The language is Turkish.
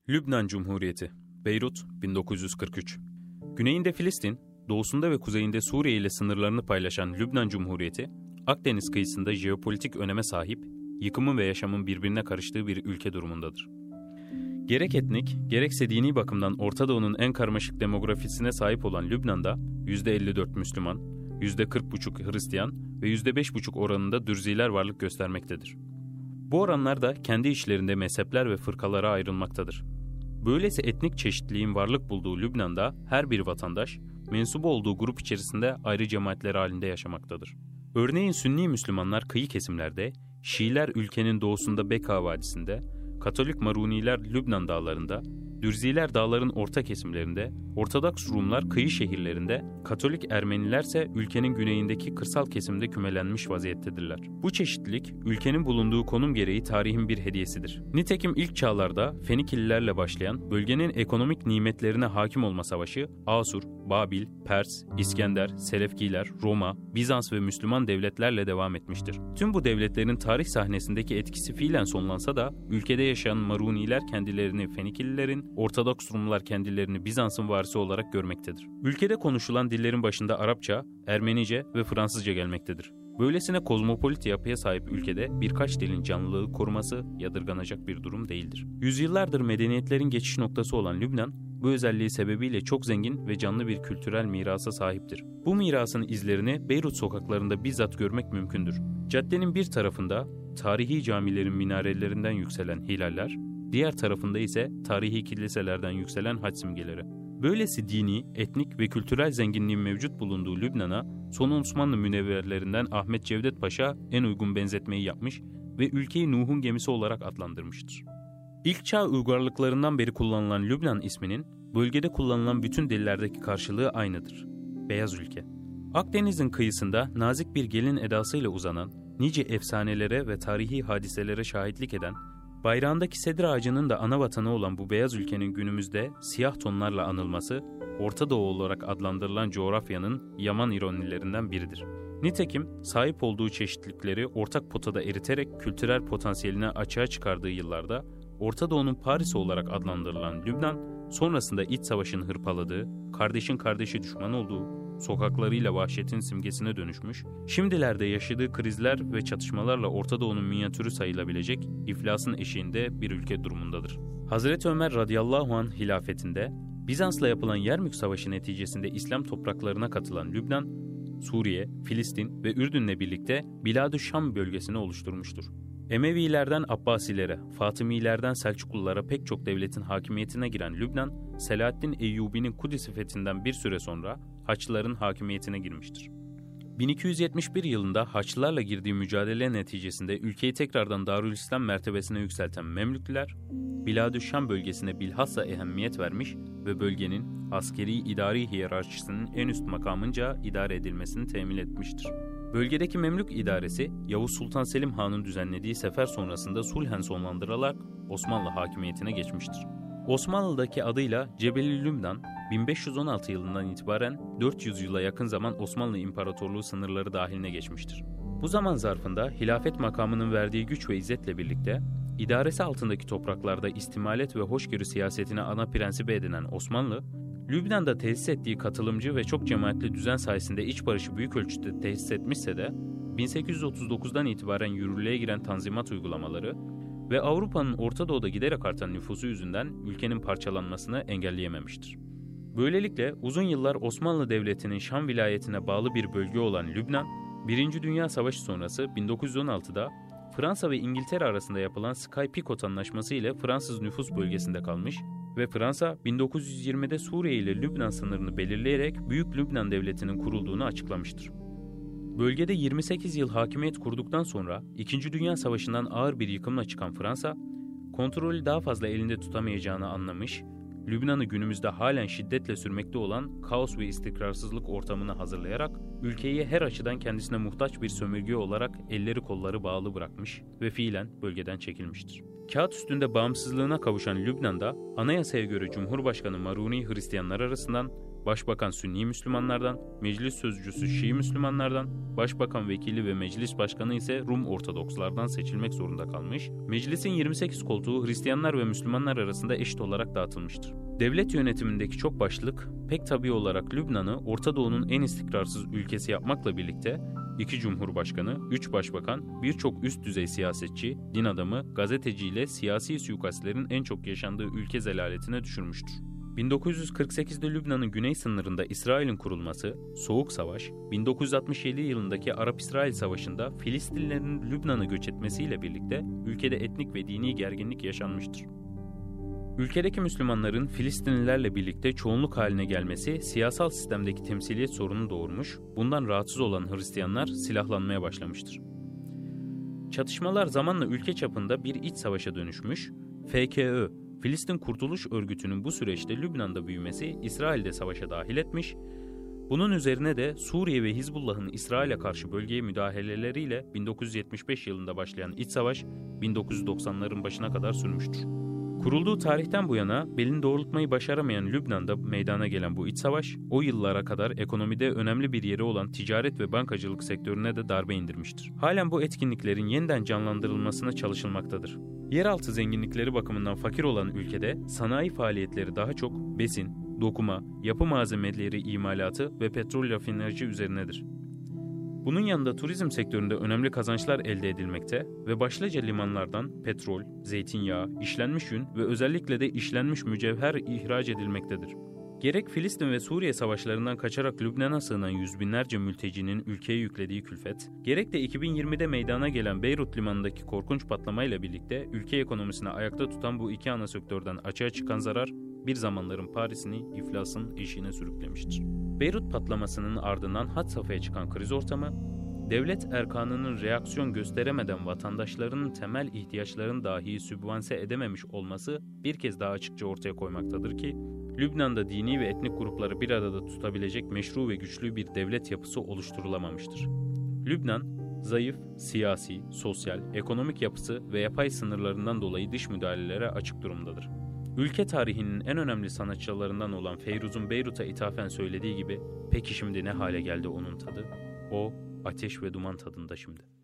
Lübnan Cumhuriyeti, Beyrut, 1943. Güneyinde Filistin, doğusunda ve kuzeyinde Suriye ile sınırlarını paylaşan Lübnan Cumhuriyeti, Akdeniz kıyısında jeopolitik öneme sahip, yıkımın ve yaşamın birbirine karıştığı bir ülke durumundadır. Gerek etnik, gerekse dini bakımdan Orta Doğu'nun en karmaşık demografisine sahip olan Lübnan'da %54 Müslüman, %40,5 Hristiyan ve %5,5 oranında Dürziler varlık göstermektedir. Bu oranlar da kendi içlerinde mezhepler ve fırkalara ayrılmaktadır. Böylesi etnik çeşitliliğin varlık bulduğu Lübnan'da her bir vatandaş, mensubu olduğu grup içerisinde ayrı cemaatler halinde yaşamaktadır. Örneğin Sünni Müslümanlar kıyı kesimlerde, Şiiler ülkenin doğusunda Beka Vadisi'nde, Katolik Maruniler Lübnan dağlarında, Dürziler dağların orta kesimlerinde, Ortodoks Rumlar kıyı şehirlerinde, Katolik Ermeniler ise ülkenin güneyindeki kırsal kesimde kümelenmiş vaziyettedirler. Bu çeşitlilik, ülkenin bulunduğu konum gereği tarihin bir hediyesidir. Nitekim ilk çağlarda Fenikililerle başlayan bölgenin ekonomik nimetlerine hakim olma savaşı, Asur, Babil, Pers, İskender, Selefkiler, Roma, Bizans ve Müslüman devletlerle devam etmiştir. Tüm bu devletlerin tarih sahnesindeki etkisi fiilen sonlansa da, ülkede yaşayan Maruniler kendilerini Fenikililerin, Ortodoks Rumlar kendilerini Bizans'ın varisi olarak görmektedir. Ülkede konuşulan dillerin başında Arapça, Ermenice ve Fransızca gelmektedir. Böylesine kozmopolit yapıya sahip ülkede birkaç dilin canlılığı koruması yadırganacak bir durum değildir. Yüzyıllardır medeniyetlerin geçiş noktası olan Lübnan, bu özelliği sebebiyle çok zengin ve canlı bir kültürel mirasa sahiptir. Bu mirasın izlerini Beyrut sokaklarında bizzat görmek mümkündür. Caddenin bir tarafında tarihi camilerin minarelerinden yükselen hilaller, diğer tarafında ise tarihi kiliselerden yükselen haç simgeleri. Böylesi dini, etnik ve kültürel zenginliğin mevcut bulunduğu Lübnan'a son Osmanlı münevverlerinden Ahmet Cevdet Paşa en uygun benzetmeyi yapmış ve ülkeyi Nuh'un gemisi olarak adlandırmıştır. İlk çağ uygarlıklarından beri kullanılan Lübnan isminin bölgede kullanılan bütün dillerdeki karşılığı aynıdır. Beyaz ülke. Akdeniz'in kıyısında nazik bir gelin edasıyla uzanan, nice efsanelere ve tarihi hadiselere şahitlik eden, bayrağındaki sedir ağacının da ana vatanı olan bu beyaz ülkenin günümüzde siyah tonlarla anılması, Orta Doğu olarak adlandırılan coğrafyanın yaman ironilerinden biridir. Nitekim sahip olduğu çeşitlilikleri ortak potada eriterek kültürel potansiyelini açığa çıkardığı yıllarda, Orta Doğu'nun Paris'i olarak adlandırılan Lübnan, sonrasında iç savaşın hırpaladığı, kardeşin kardeşi düşman olduğu, sokaklarıyla vahşetin simgesine dönüşmüş, şimdilerde yaşadığı krizler ve çatışmalarla Orta Doğu'nun minyatürü sayılabilecek iflasın eşiğinde bir ülke durumundadır. Hazreti Ömer radıyallahu anh hilafetinde, Bizans'la yapılan Yermük Savaşı neticesinde İslam topraklarına katılan Lübnan, Suriye, Filistin ve Ürdün'le birlikte Bilad-ı Şam bölgesini oluşturmuştur. Emevilerden Abbasilere, Fatımilerden Selçuklulara pek çok devletin hakimiyetine giren Lübnan, Selahaddin Eyyubi'nin Kudüs fethinden bir süre sonra Haçlıların hakimiyetine girmiştir. 1271 yılında Haçlılarla girdiği mücadele neticesinde ülkeyi tekrardan Darülislam mertebesine yükselten Memlükliler, Bilad-ı Şam bölgesine bilhassa ehemmiyet vermiş ve bölgenin askeri-idari hiyerarşisinin en üst makamınca idare edilmesini temin etmiştir. Bölgedeki Memlük idaresi, Yavuz Sultan Selim Han'ın düzenlediği sefer sonrasında sulhen sonlandırılarak Osmanlı hakimiyetine geçmiştir. Osmanlı'daki adıyla Cebeli Lübnan, 1516 yılından itibaren 400 yıla yakın zaman Osmanlı İmparatorluğu sınırları dahiline geçmiştir. Bu zaman zarfında hilafet makamının verdiği güç ve izzetle birlikte, idaresi altındaki topraklarda istimalet ve hoşgörü siyasetine ana prensibi edinen Osmanlı, Lübnan'da tesis ettiği katılımcı ve çok cemaatli düzen sayesinde iç barışı büyük ölçüde tesis etmişse de, 1839'dan itibaren yürürlüğe giren tanzimat uygulamaları ve Avrupa'nın Orta Doğu'da giderek artan nüfusu yüzünden ülkenin parçalanmasını engelleyememiştir. Böylelikle uzun yıllar Osmanlı Devleti'nin Şam vilayetine bağlı bir bölge olan Lübnan, 1. Dünya Savaşı sonrası 1916'da Fransa ve İngiltere arasında yapılan Sykes-Picot Anlaşması ile Fransız nüfus bölgesinde kalmış ve Fransa 1920'de Suriye ile Lübnan sınırını belirleyerek Büyük Lübnan Devleti'nin kurulduğunu açıklamıştır. Bölgede 28 yıl hakimiyet kurduktan sonra 2. Dünya Savaşı'ndan ağır bir yıkımla çıkan Fransa, kontrolü daha fazla elinde tutamayacağını anlamış, Lübnan'ı günümüzde halen şiddetle sürmekte olan kaos ve istikrarsızlık ortamını hazırlayarak ülkeyi her açıdan kendisine muhtaç bir sömürge olarak elleri kolları bağlı bırakmış ve fiilen bölgeden çekilmiştir. Kağıt üstünde bağımsızlığına kavuşan Lübnan'da anayasaya göre Cumhurbaşkanı Maruni Hristiyanlar arasından Başbakan Sünni Müslümanlardan, meclis sözcüsü Şii Müslümanlardan, başbakan vekili ve meclis başkanı ise Rum Ortodokslardan seçilmek zorunda kalmış, meclisin 28 koltuğu Hristiyanlar ve Müslümanlar arasında eşit olarak dağıtılmıştır. Devlet yönetimindeki çok başlık, pek tabii olarak Lübnan'ı Orta Doğu'nun en istikrarsız ülkesi yapmakla birlikte 2 cumhurbaşkanı, 3 başbakan, birçok üst düzey siyasetçi, din adamı, gazeteci ile siyasi suikastlerin en çok yaşandığı ülke zelaletine düşürmüştür. 1948'de Lübnan'ın güney sınırında İsrail'in kurulması, Soğuk Savaş, 1967 yılındaki Arap-İsrail Savaşı'nda Filistinlilerin Lübnan'a göç etmesiyle birlikte ülkede etnik ve dini gerginlik yaşanmıştır. Ülkedeki Müslümanların Filistinlilerle birlikte çoğunluk haline gelmesi siyasal sistemdeki temsiliyet sorunu doğurmuş, bundan rahatsız olan Hristiyanlar silahlanmaya başlamıştır. Çatışmalar zamanla ülke çapında bir iç savaşa dönüşmüş, FKÖ, Filistin Kurtuluş Örgütü'nün bu süreçte Lübnan'da büyümesi İsrail'de savaşa dahil etmiş, bunun üzerine de Suriye ve Hizbullah'ın İsrail'e karşı bölgeye müdahaleleriyle 1975 yılında başlayan iç savaş 1990'ların başına kadar sürmüştür. Kurulduğu tarihten bu yana belini doğrultmayı başaramayan Lübnan'da meydana gelen bu iç savaş, o yıllara kadar ekonomide önemli bir yeri olan ticaret ve bankacılık sektörüne de darbe indirmiştir. Halen bu etkinliklerin yeniden canlandırılmasına çalışılmaktadır. Yeraltı zenginlikleri bakımından fakir olan ülkede sanayi faaliyetleri daha çok besin, dokuma, yapı malzemeleri imalatı ve petrol rafinajı üzerinedir. Bunun yanında turizm sektöründe önemli kazançlar elde edilmekte ve başlıca limanlardan petrol, zeytinyağı, işlenmiş yün ve özellikle de işlenmiş mücevher ihraç edilmektedir. Gerek Filistin ve Suriye savaşlarından kaçarak Lübnan'a sığınan yüz binlerce mültecinin ülkeye yüklediği külfet, gerek de 2020'de meydana gelen Beyrut limanındaki korkunç patlamayla birlikte ülke ekonomisini ayakta tutan bu iki ana sektörden açığa çıkan zarar, bir zamanların Paris'ini iflasın eşiğine sürüklemiştir. Beyrut patlamasının ardından had safhaya çıkan kriz ortamı, devlet erkanının reaksiyon gösteremeden vatandaşlarının temel ihtiyaçlarını dahi sübvanse edememiş olması bir kez daha açıkça ortaya koymaktadır ki, Lübnan'da dini ve etnik grupları bir arada tutabilecek meşru ve güçlü bir devlet yapısı oluşturulamamıştır. Lübnan, zayıf, siyasi, sosyal, ekonomik yapısı ve yapay sınırlarından dolayı dış müdahalelere açık durumdadır. Ülke tarihinin en önemli sanatçılarından olan Feyruz'un Beyrut'a ithafen söylediği gibi, "Peki şimdi ne hale geldi onun tadı? O, ateş ve duman tadında şimdi."